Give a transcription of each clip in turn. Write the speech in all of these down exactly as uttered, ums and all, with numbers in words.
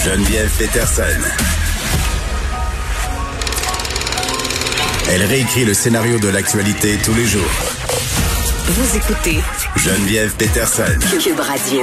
Geneviève Peterson. Elle réécrit le scénario de l'actualité tous les jours. Vous écoutez Geneviève Peterson. Cube Radio.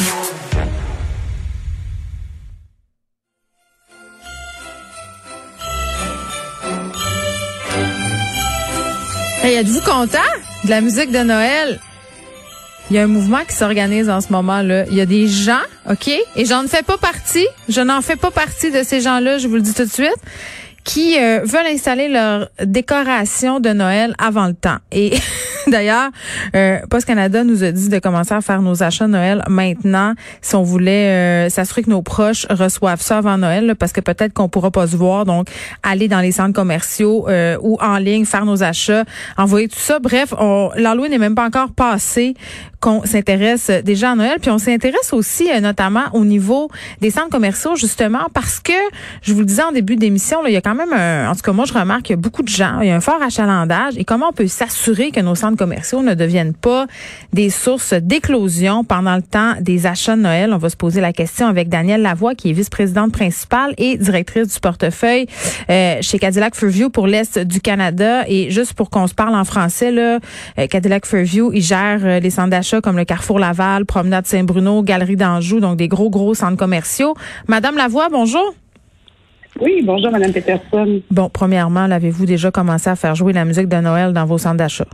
Hey, êtes-vous content de la musique de Noël? Il y a un mouvement qui s'organise en ce moment-là. Il y a des gens, OK? Et j'en fais pas partie. Je n'en fais pas partie de ces gens-là, je vous le dis tout de suite, qui euh, veulent installer leur décoration de Noël avant le temps. Et d'ailleurs, euh, Post Canada nous a dit de commencer à faire nos achats de Noël maintenant si on voulait euh, s'assurer que nos proches reçoivent ça avant Noël, là, parce que peut-être qu'on pourra pas se voir. Donc, aller dans les centres commerciaux euh, ou en ligne, faire nos achats, envoyer tout ça. Bref, on, l'Halloween n'est même pas encore passé qu'on s'intéresse déjà à Noël. Puis on s'intéresse aussi euh, notamment au niveau des centres commerciaux, justement, parce que, je vous le disais en début d'émission, là, il y a quand même un, en tout cas moi je remarque qu'il y a beaucoup de gens, il y a un fort achalandage, et comment on peut s'assurer que nos centres commerciaux ne deviennent pas des sources d'éclosion pendant le temps des achats de Noël. On va se poser la question avec Danielle Lavoie, qui est vice-présidente principale et directrice du portefeuille euh, chez Cadillac Fairview pour l'Est du Canada. Et juste pour qu'on se parle en français, là, euh, Cadillac Fairview, il gère euh, les centres d'achat comme le Carrefour Laval, Promenade Saint-Bruno, Galerie d'Anjou, donc des gros, gros centres commerciaux. Madame Lavoie, bonjour. Oui, bonjour, Mme Peterson. Bon, premièrement, avez-vous déjà commencé à faire jouer la musique de Noël dans vos centres d'achat?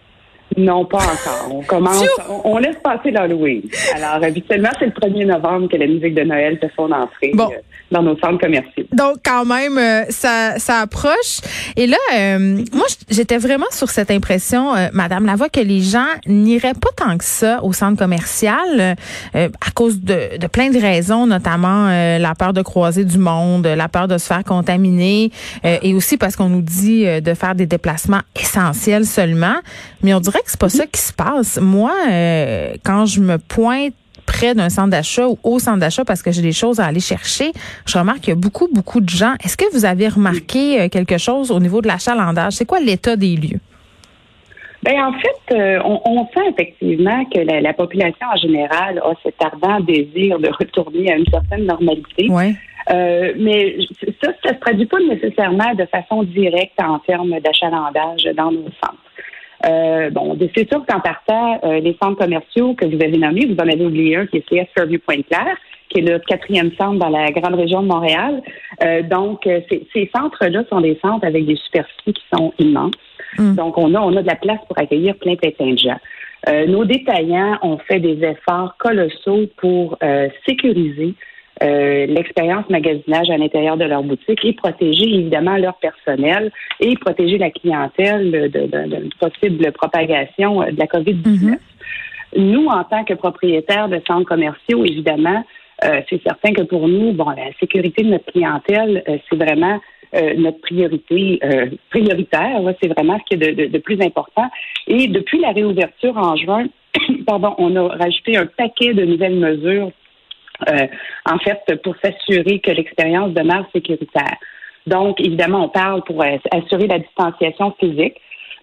Non, pas encore. On commence, on, on laisse passer l'Halloween. Alors, habituellement, c'est le premier novembre que la musique de Noël fait son entrée bon. euh, dans nos centres commerciaux. Donc, quand même, euh, ça, ça approche. Et là, euh, moi, j'étais vraiment sur cette impression, euh, Madame Lavoie, que les gens n'iraient pas tant que ça au centre commercial euh, à cause de, de plein de raisons, notamment euh, la peur de croiser du monde, la peur de se faire contaminer, euh, et aussi parce qu'on nous dit euh, de faire des déplacements essentiels seulement. Mais on dirait que c'est pas ça qui se passe. Moi, euh, quand je me pointe près d'un centre d'achat ou au centre d'achat parce que j'ai des choses à aller chercher, je remarque qu'il y a beaucoup, beaucoup de gens. Est-ce que vous avez remarqué quelque chose au niveau de l'achalandage? C'est quoi l'état des lieux? Bien, en fait, euh, on, on sent effectivement que la, la population en général a cet ardent désir de retourner à une certaine normalité. Ouais. Euh, mais ça, ça se traduit pas nécessairement de façon directe en termes d'achalandage dans nos centres. Euh, bon, c'est sûr qu'en partant, euh, les centres commerciaux que vous avez nommés, vous en avez oublié un qui est C S Fairview Pointe-Claire, qui est le quatrième centre dans la grande région de Montréal. Euh, donc, euh, ces, ces centres-là sont des centres avec des superficies qui sont immenses. Mm. Donc, on a, on a de la place pour accueillir plein, plein, plein de gens. Euh, nos détaillants ont fait des efforts colossaux pour euh, sécuriser Euh, l'expérience magasinage à l'intérieur de leur boutique et protéger évidemment leur personnel et protéger la clientèle de, de, de, de possible propagation de la covid dix-neuf. Mm-hmm. Nous, en tant que propriétaires de centres commerciaux, évidemment, euh, c'est certain que pour nous, bon, la sécurité de notre clientèle, euh, c'est vraiment euh, notre priorité euh, prioritaire. Ouais, c'est vraiment ce qui est de, de, de plus important. Et depuis la réouverture en juin, pardon, on a rajouté un paquet de nouvelles mesures. Euh, en fait, pour s'assurer que l'expérience demeure sécuritaire. Donc, évidemment, on parle pour euh, assurer la distanciation physique.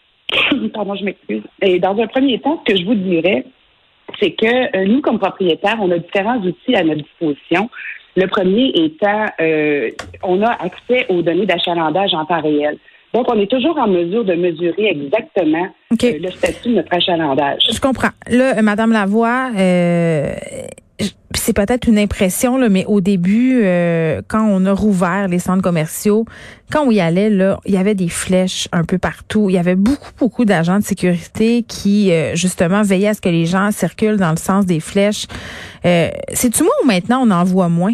Pardon, je m'excuse. Et dans un premier temps, ce que je vous dirais, c'est que euh, nous, comme propriétaires, on a différents outils à notre disposition. Le premier étant, euh, on a accès aux données d'achalandage en temps réel. Donc, on est toujours en mesure de mesurer exactement okay. euh, le statut de notre achalandage. Je comprends. Là, euh, Madame Lavoie, euh, c'est peut-être une impression, là, mais au début, euh, quand on a rouvert les centres commerciaux, quand on y allait, là, il y avait des flèches un peu partout. Il y avait beaucoup, beaucoup d'agents de sécurité qui, euh, justement, veillaient à ce que les gens circulent dans le sens des flèches. Euh, c'est-tu moi ou maintenant on en voit moins?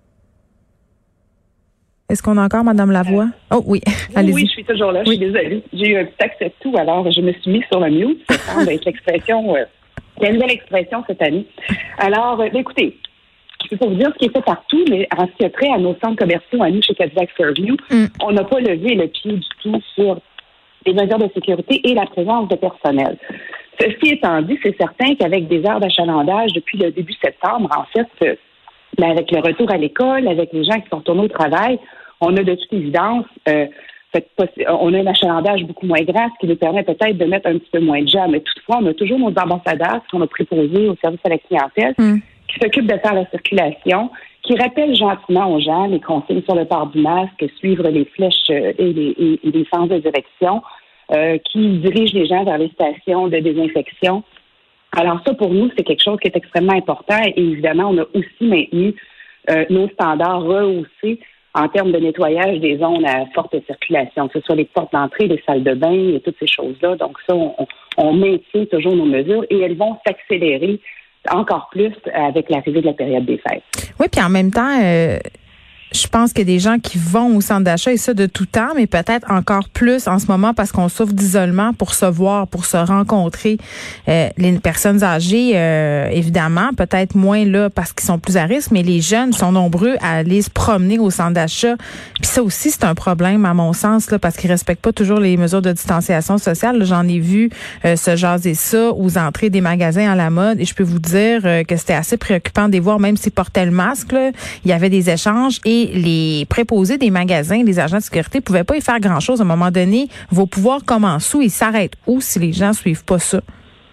Est-ce qu'on a encore Mme Lavoie? Oh oui, allez-y. Oui, je suis toujours là. Je suis oui. désolée. J'ai eu un petit accès de tout, alors je me suis mise sur le mute. Ça semble être l'expression, euh, la nouvelle expression cette année. Alors, euh, écoutez, je peux vous dire ce qui est fait partout, mais en ce qui a trait à nos centres commerciaux, à nous, chez Cadillac Fairview, mm. on n'a pas levé le pied du tout sur les mesures de sécurité et la présence de personnel. Ceci étant dit, c'est certain qu'avec des heures d'achalandage depuis le début septembre, en fait, euh, ben avec le retour à l'école, avec les gens qui sont retournés au travail, on a de toute évidence, euh, fait, on a un achalandage beaucoup moins grand, ce qui nous permet peut-être de mettre un petit peu moins de gens. Mais toutefois, on a toujours nos ambassadeurs qu'on a préposés au service à la clientèle, mm. qui s'occupent de faire la circulation, qui rappelle gentiment aux gens les consignes sur le port du masque, suivre les flèches et les, et, et les sens de direction, euh, qui dirigent les gens vers les stations de désinfection. Alors ça, pour nous, c'est quelque chose qui est extrêmement important et évidemment, on a aussi maintenu euh, nos standards rehaussés en termes de nettoyage des zones à forte circulation, que ce soit les portes d'entrée, les salles de bain et toutes ces choses-là. Donc ça, on, on maintient toujours nos mesures et elles vont s'accélérer encore plus avec l'arrivée de la période des fêtes. Oui, puis en même temps, euh, je pense qu'il y a des gens qui vont au centre d'achat et ça de tout temps, mais peut-être encore plus en ce moment parce qu'on souffre d'isolement pour se voir, pour se rencontrer. Euh, les personnes âgées, euh, évidemment, peut-être moins là parce qu'ils sont plus à risque, mais les jeunes sont nombreux à aller se promener au centre d'achat. Puis ça aussi, c'est un problème à mon sens là parce qu'ils respectent pas toujours les mesures de distanciation sociale. Là, j'en ai vu euh, se jaser ça aux entrées des magasins à la mode et je peux vous dire euh, que c'était assez préoccupant de les voir, même s'ils portaient le masque. Là, il y avait des échanges et les préposés des magasins, les agents de sécurité pouvaient pas y faire grand-chose. À un moment donné, vos pouvoirs commencent où? Ils s'arrêtent où si les gens suivent pas ça?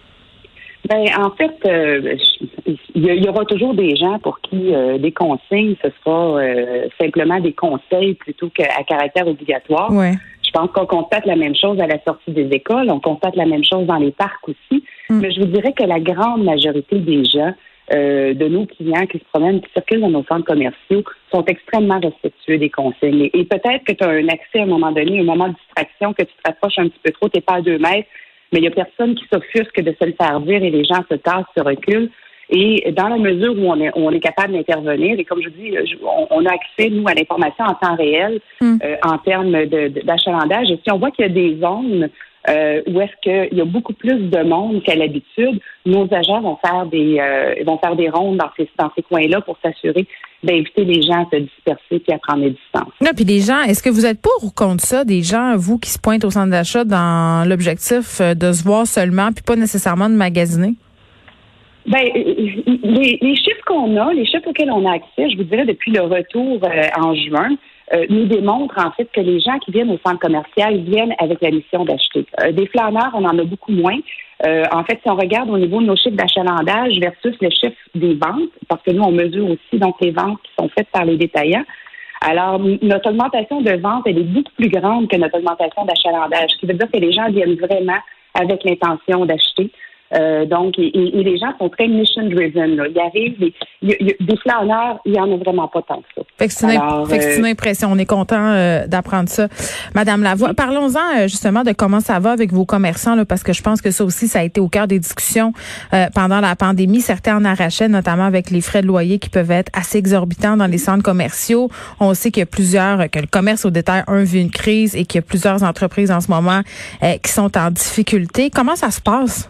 Ben, en fait, euh, il y, y aura toujours des gens pour qui euh, des consignes, ce sera euh, simplement des conseils plutôt qu'à caractère obligatoire. Ouais. Je pense qu'on constate la même chose à la sortie des écoles, on constate la même chose dans les parcs aussi. Mm. Mais je vous dirais que la grande majorité des gens Euh, de nos clients qui se promènent, qui circulent dans nos centres commerciaux, sont extrêmement respectueux des consignes. Et, et peut-être que tu as un accès à un moment donné, un moment de distraction, que tu te rapproches un petit peu trop, tu n'es pas à deux mètres, mais il n'y a personne qui s'offusque de se le faire dire et les gens se tassent, se reculent. Et dans la mesure où on est, où on est capable d'intervenir, et comme je dis, on, on a accès, nous, à l'information en temps réel mm. euh, en termes de, de, d'achalandage. Et si on voit qu'il y a des zones Euh, où est-ce qu'il y a beaucoup plus de monde qu'à l'habitude, nos agents vont faire des euh, vont faire des rondes dans ces dans ces coins-là pour s'assurer d'inviter les gens à se disperser puis à prendre des distances. Là, puis les gens, est-ce que vous êtes pour ou contre ça, des gens, vous, qui se pointent au centre d'achat dans l'objectif de se voir seulement puis pas nécessairement de magasiner? Ben, les, les chiffres qu'on a, les chiffres auxquels on a accès, je vous dirais depuis le retour euh, en juin, Euh, nous démontre en fait que les gens qui viennent au centre commercial viennent avec la mission d'acheter. Euh, des flâneurs, on en a beaucoup moins. Euh, en fait, si on regarde au niveau de nos chiffres d'achalandage versus le chiffre des ventes, parce que nous, on mesure aussi donc les ventes qui sont faites par les détaillants. Alors, notre augmentation de vente, elle est beaucoup plus grande que notre augmentation d'achalandage, ce qui veut dire que les gens viennent vraiment avec l'intention d'acheter. Euh, donc, et, et les gens sont très mission-driven. Là. Ils arrivent, il y, il y a des flâneurs, il n'y en a vraiment pas tant que ça. Fait que c'est, Alors, une, fait que c'est une impression. On est content euh, d'apprendre ça. Madame Lavoie, oui. Parlons-en euh, justement de comment ça va avec vos commerçants, là, parce que je pense que ça aussi, ça a été au cœur des discussions euh, pendant la pandémie. Certains en arrachaient, notamment avec les frais de loyer qui peuvent être assez exorbitants dans les centres commerciaux. On sait qu'il y a plusieurs, que le commerce au détail, un, vit une crise et qu'il y a plusieurs entreprises en ce moment euh, qui sont en difficulté. Comment ça se passe?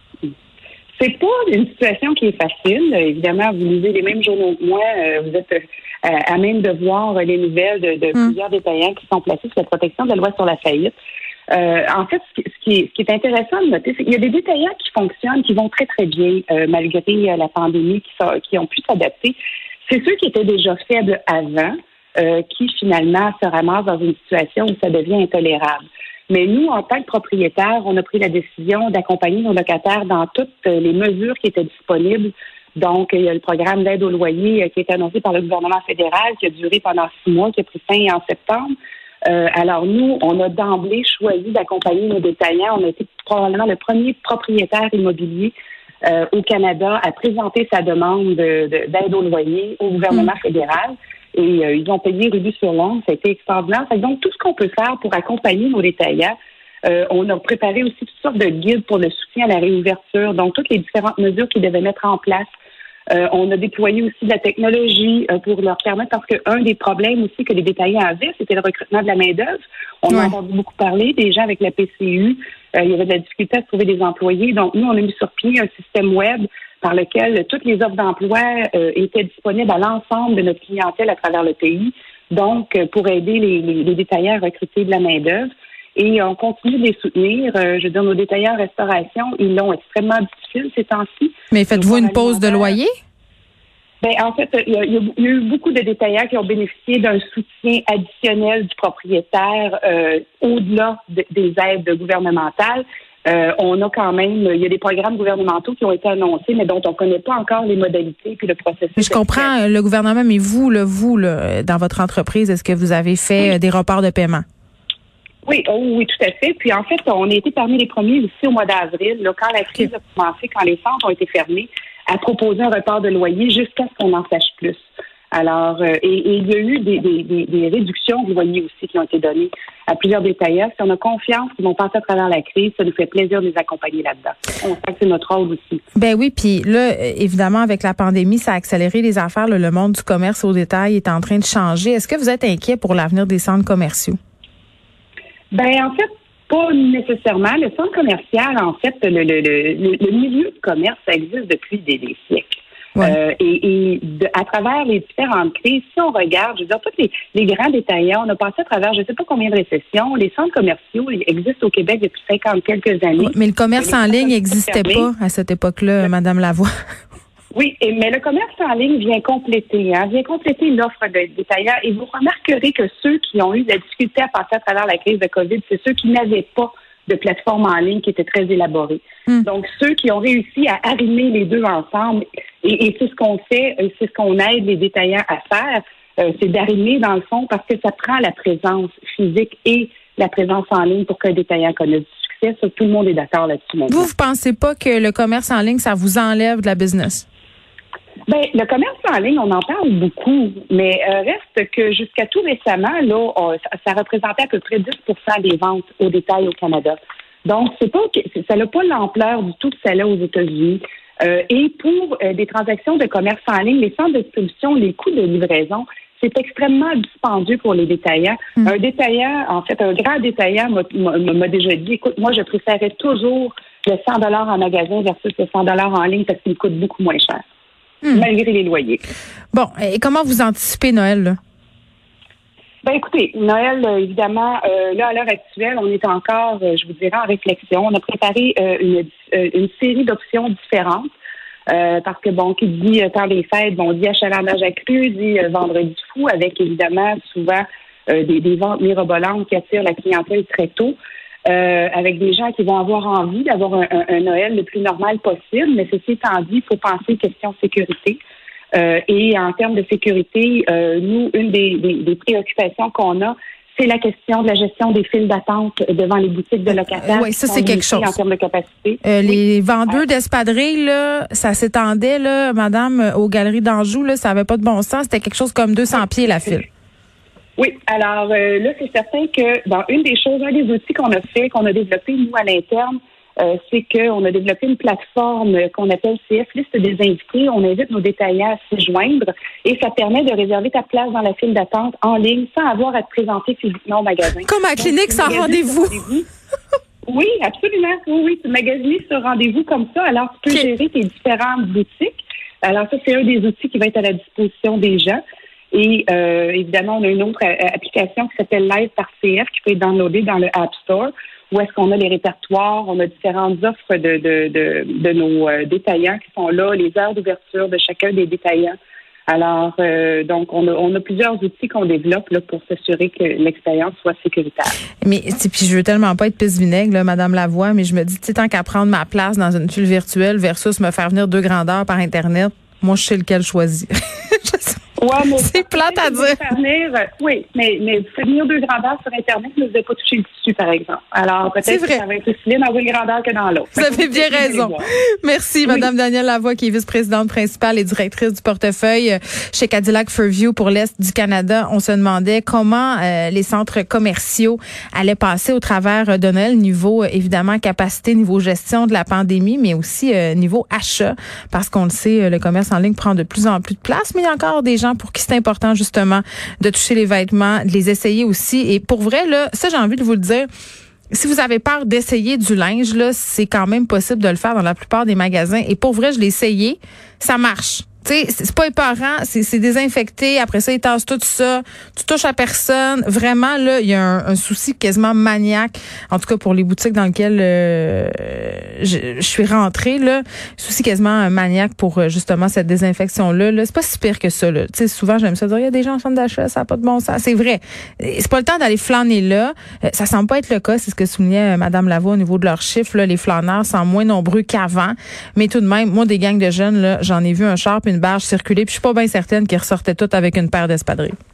C'est pas une situation qui est facile. Évidemment, vous lisez les mêmes journaux que moi. Euh, vous êtes euh, à même de voir les nouvelles de, de mmh. plusieurs détaillants qui sont placés sous la protection de la loi sur la faillite. Euh, en fait, ce qui, ce, qui est, ce qui est intéressant de noter, c'est qu'il y a des détaillants qui fonctionnent, qui vont très, très bien euh, malgré euh, la pandémie, qui, sont, qui ont pu s'adapter. C'est ceux qui étaient déjà faibles avant euh, qui, finalement, se ramassent dans une situation où ça devient intolérable. Mais nous, en tant que propriétaires, on a pris la décision d'accompagner nos locataires dans toutes les mesures qui étaient disponibles. Donc, il y a le programme d'aide au loyer qui a été annoncé par le gouvernement fédéral, qui a duré pendant six mois, qui a pris fin en septembre. Euh, alors, nous, on a d'emblée choisi d'accompagner nos détaillants. On a été probablement le premier propriétaire immobilier euh, au Canada à présenter sa demande de, de, d'aide au loyer au gouvernement mmh. fédéral. Et euh, ils ont payé rubis sur l'ongle. Ça a été extraordinaire. Donc, tout ce qu'on peut faire pour accompagner nos détaillants, euh, on a préparé aussi toutes sortes de guides pour le soutien à la réouverture. Donc, toutes les différentes mesures qu'ils devaient mettre en place. Euh, on a déployé aussi de la technologie euh, pour leur permettre, parce qu'un des problèmes aussi que les détaillants avaient, c'était le recrutement de la main-d'œuvre. On ouais. a entendu beaucoup parler des gens avec la P C U. Euh, il y avait de la difficulté à trouver des employés. Donc, nous, on a mis sur pied un système web par lequel toutes les offres d'emploi euh, étaient disponibles à l'ensemble de notre clientèle à travers le pays, donc euh, pour aider les, les, les détaillants à recruter de la main-d'œuvre. Et on continue de les soutenir. Euh, je veux dire, nos détaillants en restauration, ils l'ont extrêmement difficile ces temps-ci. Mais faites-vous une pause de loyer? Ben, en fait, il y, a, il y a eu beaucoup de détaillants qui ont bénéficié d'un soutien additionnel du propriétaire euh, au-delà de, des aides gouvernementales. Euh, on a quand même, il y a des programmes gouvernementaux qui ont été annoncés, mais dont on ne connaît pas encore les modalités puis le processus. Je comprends le gouvernement, mais vous, là, vous, là, dans votre entreprise, est-ce que vous avez fait oui. des reports de paiement? Oui, oh, oui, tout à fait. Puis en fait, on a été parmi les premiers aussi au mois d'avril, là, quand la crise a commencé, quand les centres ont été fermés, à proposer un report de loyer jusqu'à ce qu'on en sache plus. Alors, euh, et, et il y a eu des, des, des, des réductions de loyer aussi qui ont été données à plusieurs détaillants. Si on a confiance qu'ils vont passer à travers la crise, ça nous fait plaisir de les accompagner là-dedans. On sait que c'est notre rôle aussi. Ben oui, puis là, évidemment, avec la pandémie, ça a accéléré les affaires. Là, le monde du commerce au détail est en train de changer. Est-ce que vous êtes inquiet pour l'avenir des centres commerciaux? Ben en fait, pas nécessairement. Le centre commercial, en fait, le, le, le, le milieu du commerce, ça existe depuis des, des siècles. Ouais. Euh, et et de, à travers les différentes crises, si on regarde, je veux dire, tous les, les grands détaillants, on a passé à travers je ne sais pas combien de récessions. Les centres commerciaux existent au Québec depuis cinquante quelques années. Mais le commerce en ligne n'existait pas à cette époque-là, Madame Lavoie. Oui, et, mais le commerce en ligne vient compléter, hein, vient compléter l'offre de détaillants. Et vous remarquerez que ceux qui ont eu de la difficulté à passer à travers la crise de COVID, c'est ceux qui n'avaient pas de plateforme en ligne qui était très élaborée. Mm. Donc, ceux qui ont réussi à arrimer les deux ensemble, et, et c'est ce qu'on fait, c'est ce qu'on aide les détaillants à faire, euh, c'est d'arrimer dans le fond parce que ça prend la présence physique et la présence en ligne pour qu'un détaillant connaisse du succès. Ça, tout le monde est d'accord là-dessus. Maintenant. Vous, vous pensez pas que le commerce en ligne, ça vous enlève de la business? Ben, le commerce en ligne, on en parle beaucoup, mais euh, reste que jusqu'à tout récemment, là, on, ça, ça représentait à peu près dix pour cent des ventes au détail au Canada. Donc, c'est pas ça n'a pas l'ampleur du tout que ça a aux États-Unis. Euh, et pour euh, des transactions de commerce en ligne, les centres de distribution, les coûts de livraison, c'est extrêmement dispendieux pour les détaillants. Mmh. Un détaillant, en fait, un grand détaillant m'a, m'a, m'a déjà dit, écoute, moi, je préférais toujours le cent dollars en magasin versus le cent dollars en ligne parce qu'il me coûte beaucoup moins cher. Mmh. Malgré les loyers. Bon, et comment vous anticipez Noël, là? Ben écoutez, Noël, évidemment, euh, là, à l'heure actuelle, on est encore, euh, je vous dirais, en réflexion. On a préparé euh, une, euh, une série d'options différentes. Euh, parce que, bon, qui dit euh, temps des fêtes, bon, dit achalandage accru, dit euh, vendredi fou, avec évidemment souvent euh, des, des ventes mirobolantes qui attirent la clientèle très tôt. Euh, avec des gens qui vont avoir envie d'avoir un, un, un Noël le plus normal possible, mais ceci étant dit, il faut penser question sécurité. Euh, et en termes de sécurité, euh, nous, une des, des, des préoccupations qu'on a, c'est la question de la gestion des files d'attente devant les boutiques de locataires. Oui, ça, c'est quelque chose. En termes de capacité. Euh, oui. Les vendeurs d'espadrilles, là, ça s'étendait, là, madame, aux galeries d'Anjou, là, ça avait pas de bon sens. C'était quelque chose comme deux cents oui. pieds, la file. Oui, alors euh, là, c'est certain que dans une des choses, un des outils qu'on a fait, qu'on a développé, nous, à l'interne, euh, c'est qu'on a développé une plateforme qu'on appelle C F Liste des invités. On invite nos détaillants à s'y joindre et ça permet de réserver ta place dans la file d'attente en ligne sans avoir à te présenter physiquement au magasin. Comme à la clinique sans rendez-vous. rendez-vous. Oui, absolument. Oui, oui, tu magasines sur rendez-vous comme ça. Alors, tu peux gérer tes différentes boutiques. Alors, ça, c'est un des outils qui va être à la disposition des gens. Et euh, évidemment, on a une autre euh, application qui s'appelle Live par C F qui peut être downloadée dans le App Store, où est-ce qu'on a les répertoires, on a différentes offres de, de, de, de nos euh, détaillants qui sont là, les heures d'ouverture de chacun des détaillants. Alors, euh, donc, on a, on a plusieurs outils qu'on développe là, pour s'assurer que l'expérience soit sécuritaire. Mais, puis je veux tellement pas être pisse-vinaigre, là, Madame Lavoie, mais je me dis, tu sais, tant qu'à prendre ma place dans une file virtuelle versus me faire venir deux grandeurs par Internet, moi, je sais lequel choisir. je sais. Ouais, mais c'est plate à dire. Venir, oui, mais, mais vous faites venir deux grandeurs sur Internet, mais vous n'avez pas touché le tissu, par exemple. Alors, peut-être que ça va être aussi bien dans une grandeur que dans l'autre. Vous avez bien raison. Merci, oui. Madame Danielle Lavoie, qui est vice-présidente principale et directrice du portefeuille chez Cadillac Fairview pour l'Est du Canada. On se demandait comment euh, les centres commerciaux allaient passer au travers de Noël, niveau, évidemment, capacité, niveau gestion de la pandémie, mais aussi euh, niveau achat, parce qu'on le sait, le commerce en ligne prend de plus en plus de place, mais il y a encore des gens pour qui c'est important justement de toucher les vêtements, de les essayer aussi. Et pour vrai, là, ça j'ai envie de vous le dire, si vous avez peur d'essayer du linge, là, c'est quand même possible de le faire dans la plupart des magasins. Et pour vrai, je l'ai essayé, ça marche. Tu sais, c'est pas épeurant, c'est, c'est désinfecté. Après ça, ils tassent tout ça. Tu touches à personne. Vraiment, là, il y a un, un souci quasiment maniaque. En tout cas, pour les boutiques dans lesquelles euh, je, je suis rentrée, là, souci quasiment maniaque pour justement cette désinfection-là. Là. C'est pas si pire que ça. Là. Tu sais, souvent, j'aime ça dire, il y a des gens en centre d'achat, ça n'a pas de bon sens. C'est vrai. C'est pas le temps d'aller flâner là. Ça semble pas être le cas. C'est ce que soulignait Mme Lavoie au niveau de leurs chiffres. Là, les flâneurs sont moins nombreux qu'avant. Mais tout de même, moi, des gangs de jeunes, là, j'en ai vu un char puis une barge circuler, puis je suis pas bien certaine qu'ils ressortaient toutes avec une paire d'espadrilles.